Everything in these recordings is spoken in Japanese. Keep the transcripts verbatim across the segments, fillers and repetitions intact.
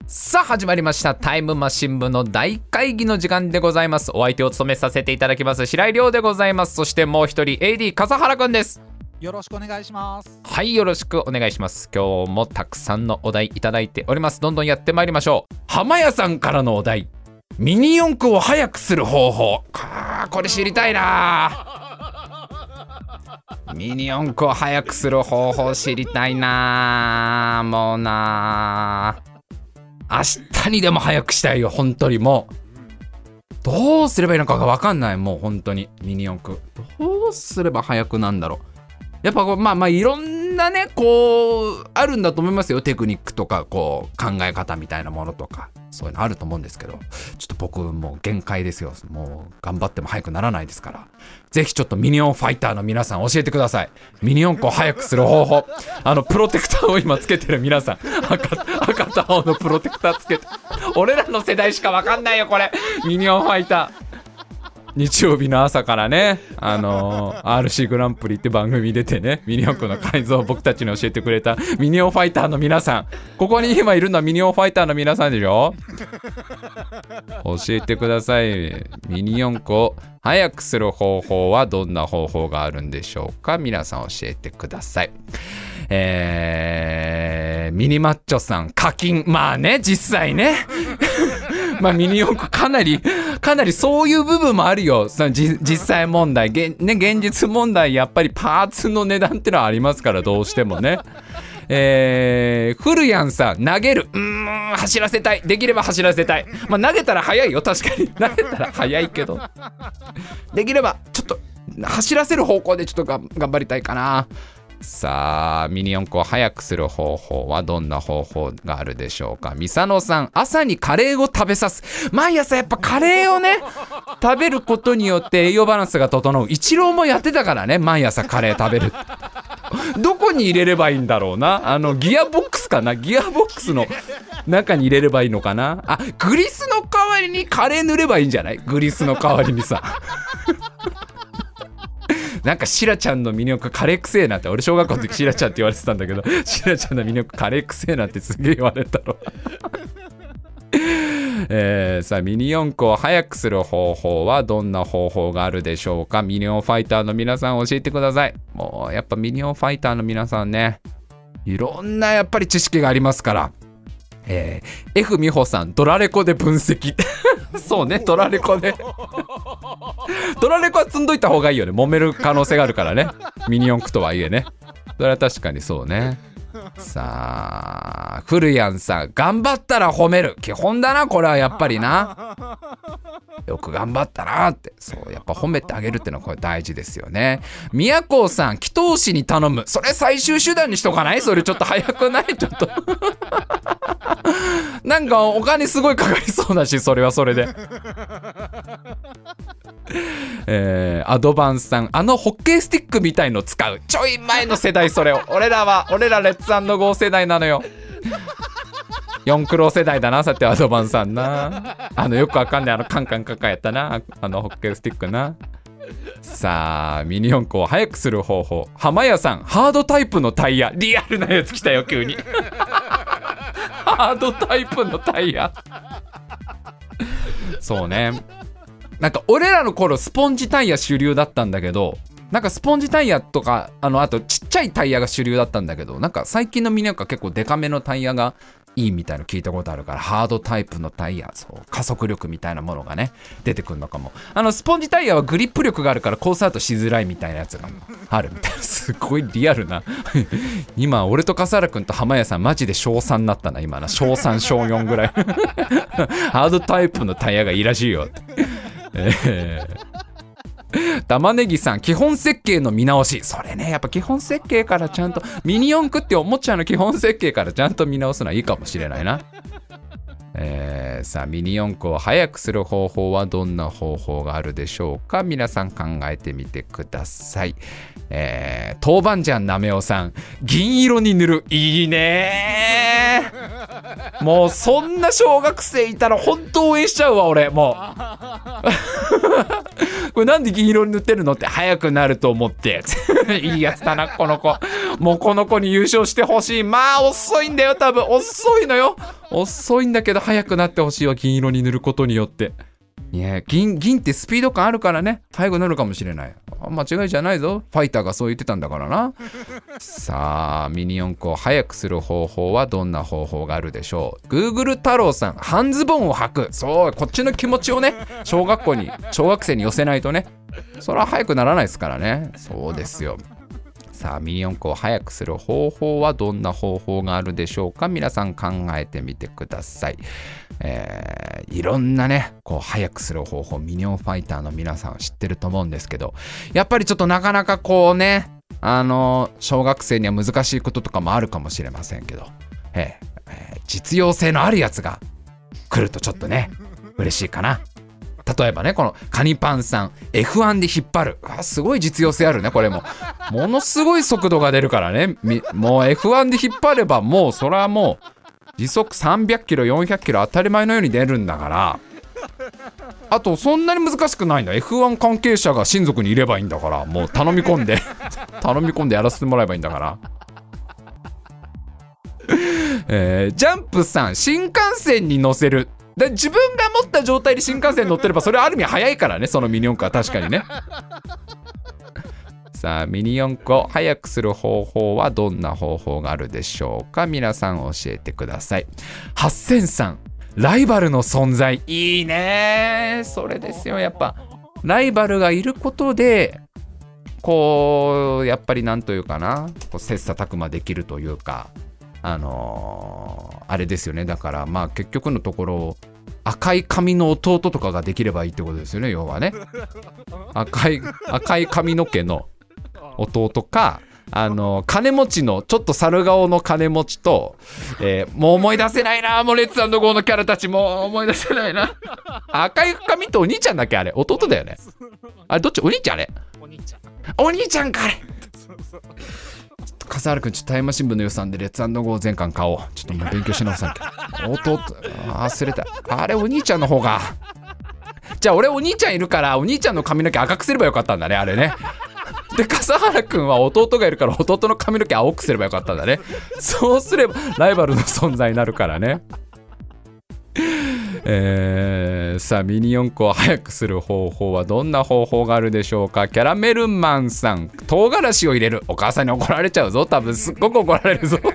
さあ始まりましたタイムマシン部の大会議の時間でございます。お相手を務めさせていただきます白井亮でございます。そしてもう一人 エーディー 笠原くんです。 よろしくお願いします。 はい、よろしくお願いします。今日もたくさんのお題いただいております。どんどんやってまいりましょう。浜屋さんからのお題、ミニ四駆を速くする方法。かこれ知りたいな。ミニ四駆を速くする方法知りたいな。もうな、明日にでも速くしたいよ。本当にもうどうすればいいのかが分かんない。もう本当にミニ四駆どうすれば速くなんだろう。やっぱこうまあまあいろんなねこうあるんだと思いますよ。テクニックとかこう考え方みたいなものとかそういうのあると思うんですけど、ちょっと僕もう限界ですよ。もう頑張っても速くならないですから、ぜひちょっとミニオンファイターの皆さん教えてください。ミニ四駆を速くする方法。あのプロテクターを今つけてる皆さん、赤, 赤と青のプロテクターつけて、俺らの世代しか分かんないよこれ。ミニオンファイター日曜日の朝からね、あのー、アールシー グランプリって番組出てね、ミニ四駆の改造を僕たちに教えてくれたミニオンファイターの皆さん、ここに今いるのはミニオンファイターの皆さんでしょ。教えてください。ミニ四駆を速くする方法はどんな方法があるんでしょうか。皆さん教えてください。えー、ミニマッチョさん課金、まあね実際ねまあミニ四駆かなりかなりそういう部分もあるよ。そのじ実際問題、げ、ね、現実問題、やっぱりパーツの値段ってのはありますから、どうしてもね。えー、フルヤンさん、投げる、うーん走らせたい、できれば走らせたい。まあ投げたら速いよ、確かに投げたら速いけど、できればちょっと走らせる方向でちょっとが頑張りたいかな。さあミニ四駆を速くする方法はどんな方法があるでしょうか。ミサノさん、朝にカレーを食べさす。毎朝やっぱカレーをね食べることによって栄養バランスが整う。イチローもやってたからね、毎朝カレー食べるどこに入れればいいんだろうな。あのギアボックスかな、ギアボックスの中に入れればいいのかな。あ、グリスの代わりにカレー塗ればいいんじゃない。グリスの代わりにさなんかシラちゃんのミニ四駆カレーくせえなって、俺小学校の時シラちゃんって言われてたんだけど、シラちゃんのミニ四駆カレーくせえなってすげえ言われたろえー、さあミニ四駆を速くする方法はどんな方法があるでしょうか。ミニオンファイターの皆さん教えてください。もうやっぱミニオンファイターの皆さんね、いろんなやっぱり知識がありますから。えー、F 美穂さん、ドラレコで分析そうね、ドラレコでドラレコは積んどいた方がいいよね。揉める可能性があるからね、ミニ四駆とはいえね。それは確かにそうね。さあフルヤンさん、頑張ったら褒める、基本だなこれはやっぱりな。よく頑張ったなって、そうやっぱ褒めてあげるってのはこれ大事ですよね。宮子さん、祈祷師に頼む。それ最終手段にしとかない？それちょっと早くない？ちょっとなんかお金すごいかかりそうだし、それはそれでえー、アドバンスさん、あのホッケースティックみたいの使う。ちょい前の世代それを。俺らは俺らレッツ&ゴー世代なのよ。四クロ世代だな、さてアドバンスさんな。あのよくわかんないあのカンカンカンカンやったな、あのホッケースティックな。さあミニ四駆を速くする方法。浜屋さん、ハードタイプのタイヤ。リアルなやつ来たよ急にハードタイプのタイヤそうね、なんか俺らの頃スポンジタイヤ主流だったんだけど、なんかスポンジタイヤとかあのあとちっちゃいタイヤが主流だったんだけど、なんか最近のミニ四駆は結構デカめのタイヤがいいみたいなの聞いたことあるから、ハードタイプのタイヤ、そう加速力みたいなものがね出てくるのかも。あのスポンジタイヤはグリップ力があるからコースアウトしづらいみたいなやつがあるみたいな。すごいリアルな今俺と笠原くんと浜屋さんマジで小さんになったな今な。小さん小よんぐらいハードタイプのタイヤがいいらしいよえー玉ねぎさん、基本設計の見直し。それね、やっぱ基本設計からちゃんと、ミニ四駆っておもちゃの基本設計からちゃんと見直すのはいいかもしれないな。えー、さあミニ四駆を速くする方法はどんな方法があるでしょうか。皆さん考えてみてください。えー、豆板醤なめおさん、銀色に塗る。いいねー。もうそんな小学生いたら本当応援しちゃうわ俺。もうこれなんで銀色に塗ってるのって早くなると思っていいやつだなこの子。もうこの子に優勝してほしい。まあ遅いんだよ多分。遅いのよ。遅いんだけど早くなってほしいわ、銀色に塗ることによって。いや 銀, 銀ってスピード感あるからね、早くなるかもしれない。間違いじゃないぞ、ファイターがそう言ってたんだからな。さあミニ四駆を速くする方法はどんな方法があるでしょう。 Google 太郎さん、半ズボンを履く。そう、こっちの気持ちをね、小学校に小学生に寄せないとね、それは速くならないですからね。そうですよ。さあミニ四駆を速くする方法はどんな方法があるでしょうか。皆さん考えてみてください。えー、いろんなねこう速くする方法、ミニオンファイターの皆さんは知ってると思うんですけど、やっぱりちょっとなかなかこうね、あの小学生には難しいこととかもあるかもしれませんけど、えーえー、実用性のあるやつが来るとちょっとね嬉しいかな。例えばね、このカニパンさん エフワン で引っ張る。あ、すごい実用性あるね。これもものすごい速度が出るからね。もう エフワン で引っ張ればもうそれはもう時速さんびゃくキロよんひゃくキロ当たり前のように出るんだから。あとそんなに難しくないんだ。 エフワン 関係者が親族にいればいいんだから、もう頼み込んで頼み込んでやらせてもらえばいいんだからえー、ジャンプさん、新幹線に乗せる。で自分が持った状態で新幹線に乗ってればそれはある意味早いからね、そのミニ四駆は確かにね。さあミニ四駆を速くする方法はどんな方法があるでしょうか。皆さん教えてください。はっせんさん、ライバルの存在。いいね、それですよ。やっぱライバルがいることでこうやっぱりなんというかな、こう切磋琢磨できるというか、あのー、あれですよね。だからまあ結局のところ赤い髪の弟とかができればいいってことですよね、要はね。赤い赤い髪の毛の弟か、あの金持ちのちょっと猿顔の金持ちと、えー、もう思い出せないな、もうレッツ&ゴーのキャラたちもう思い出せないな。赤い髪ってお兄ちゃんだっけ、あれ弟だよね。あれどっち、お兄ちゃん、あれお兄ちゃん、お兄ちゃんかあれ。笠原くん、ちょっとタイムマシン部の予算でレッツ&ゴー全巻買おう。ちょっともう勉強し直さなきゃ。弟、忘れた。あれお兄ちゃんの方が。じゃあ俺お兄ちゃんいるからお兄ちゃんの髪の毛赤くすればよかったんだね、あれね。で笠原くんは弟がいるから弟の髪の毛青くすればよかったんだね。そうすればライバルの存在になるからね。えー、さあミニ四駆を速くする方法はどんな方法があるでしょうか。キャラメルマンさん、唐辛子を入れる。お母さんに怒られちゃうぞ、多分すっごく怒られるぞ。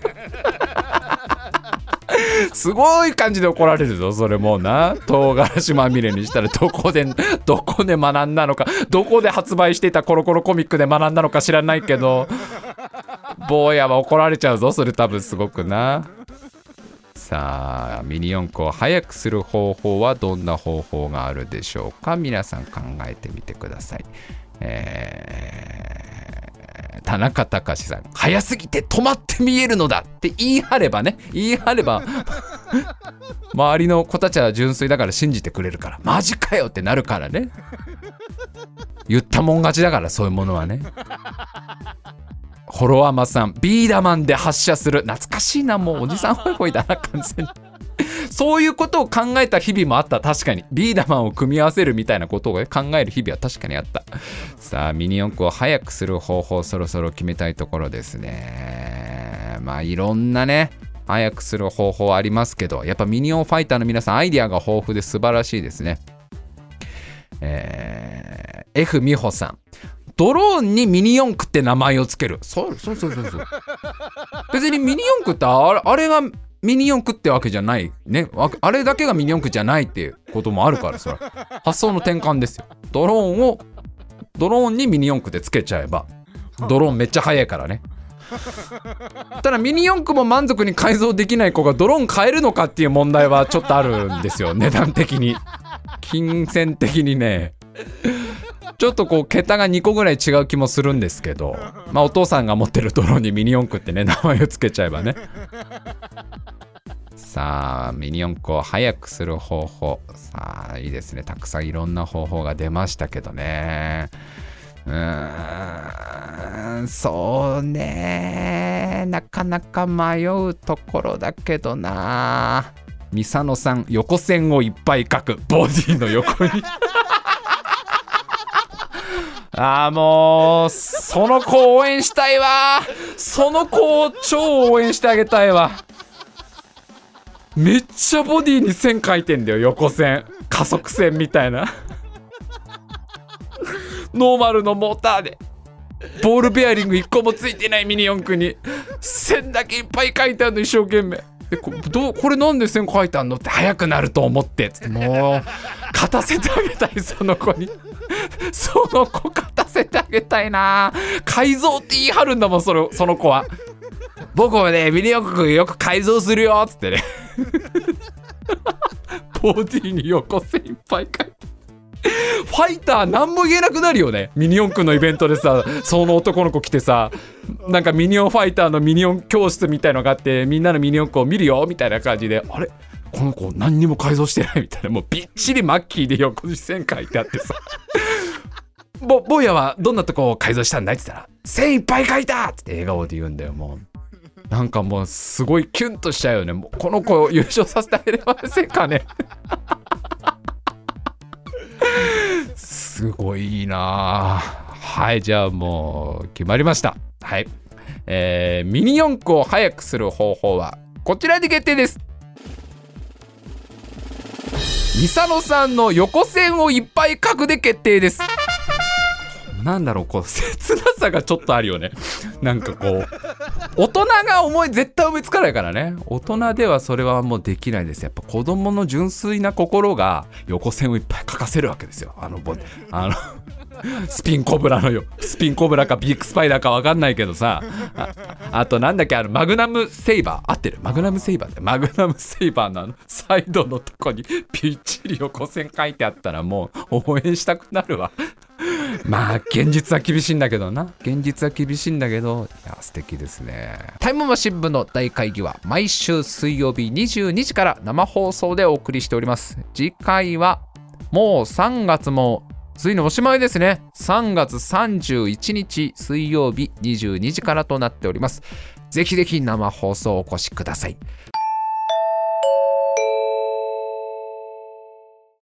すごい感じで怒られるぞそれもうな。唐辛子まみれにしたらどこでどこで学んだのか、どこで発売していたコロコロコミックで学んだのか知らないけど、坊やは怒られちゃうぞそれ多分すごくな。さあミニ四駆を速くする方法はどんな方法があるでしょうか。皆さん考えてみてください。えー、田中隆さん、速すぎて止まって見えるのだって言い張ればね、言い張れば周りの子たちは純粋だから信じてくれるから、マジかよってなるからね。言ったもん勝ちだから、そういうものはね。ホロアマさん、ビーダマンで発射する。懐かしいな、もうおじさんホイホイだな完全に。そういうことを考えた日々もあった。確かにビーダマンを組み合わせるみたいなことを考える日々は確かにあった。さあミニ四駆を速くする方法、そろそろ決めたいところですね。まあいろんなね速くする方法ありますけど、やっぱミニオンファイターの皆さんアイディアが豊富で素晴らしいですね。えー、F 美穂さん、ドローンにミニ四駆って名前をつける。そうそうそうそうそう。別にミニ四駆ってあれ、あれがミニ四駆ってわけじゃないね。あれだけがミニ四駆じゃないっていうこともあるからさ。発想の転換ですよ。ドローンをドローンにミニ四駆でつけちゃえば、ドローンめっちゃ速いからね。ただミニ四駆も満足に改造できない子がドローン買えるのかっていう問題はちょっとあるんですよ。値段的に、金銭的にね。ちょっとこう桁がにこぐらい違う気もするんですけど、まあお父さんが持ってるドローンにミニ四駆ってね名前をつけちゃえばね。さあミニ四駆を速くする方法、さあいいですね。たくさんいろんな方法が出ましたけどね。うーん、そうね、なかなか迷うところだけどな。ミサノさん、横線をいっぱい描く。ボディの横にあーもうその子応援したいわ。その子を超応援してあげたいわ。めっちゃボディに線描いてんだよ、横線、加速線みたいなノーマルのモーターでボールベアリングいっこもついてないミニ四駆に線だけいっぱい描いてあるの、一生懸命。で こ, どうこれなんで線描いてあんのって速くなると思ってつって、もう勝たせてあげたい、その子にその子勝たせてあげたいな。改造って言い張るんだもん、そのその子は。僕はねミニ四駆よく改造するよっつってねボディに横線いっぱい描いて、ファイター何も言えなくなるよね。ミニ四駆のイベントでさ、その男の子来てさ、なんかミニ四ファイターのミニ四教室みたいのがあって、みんなのミニ四駆を見るよみたいな感じで、あれこの子何にも改造してないみたいな、もうびっちりマッキーで横に線書いてあってさぼ坊やはどんなとこを改造したんだいって言ったら、線いっぱい書いたって笑顔で言うんだよ。もうなんかもうすごいキュンとしちゃうよね。もうこの子を優勝させてあげれませんかねすごいな。はい、じゃあもう決まりました。はい、えー、ミニ四駆を速くする方法はこちらで決定です。ミサノさんの横線をいっぱい書くで決定です。なんだろう、こう切なさがちょっとあるよね。なんかこう大人が思い絶対思いつかないからね。大人ではそれはもうできないです。やっぱ子供の純粋な心が横線をいっぱい書かせるわけですよ。あのあのスピンコブラのよスピンコブラかビッグスパイダーか分かんないけどさ、 あ, あとなんだっけ、あのマグナムセイバー合ってる、マグナムセイバーってマグナムセイバーのあのサイドのとこにぴっちり横線書いてあったらもう応援したくなるわ。まあ現実は厳しいんだけどな現実は厳しいんだけど、いや素敵ですね。タイムマシン部の大会議は毎週水曜日にじゅうにじから生放送でお送りしております。次回はもうさんがつもついにおしまいですね。さんがつさんじゅういちにち水曜日にじゅうにじからとなっております。ぜひぜひ生放送お越しください。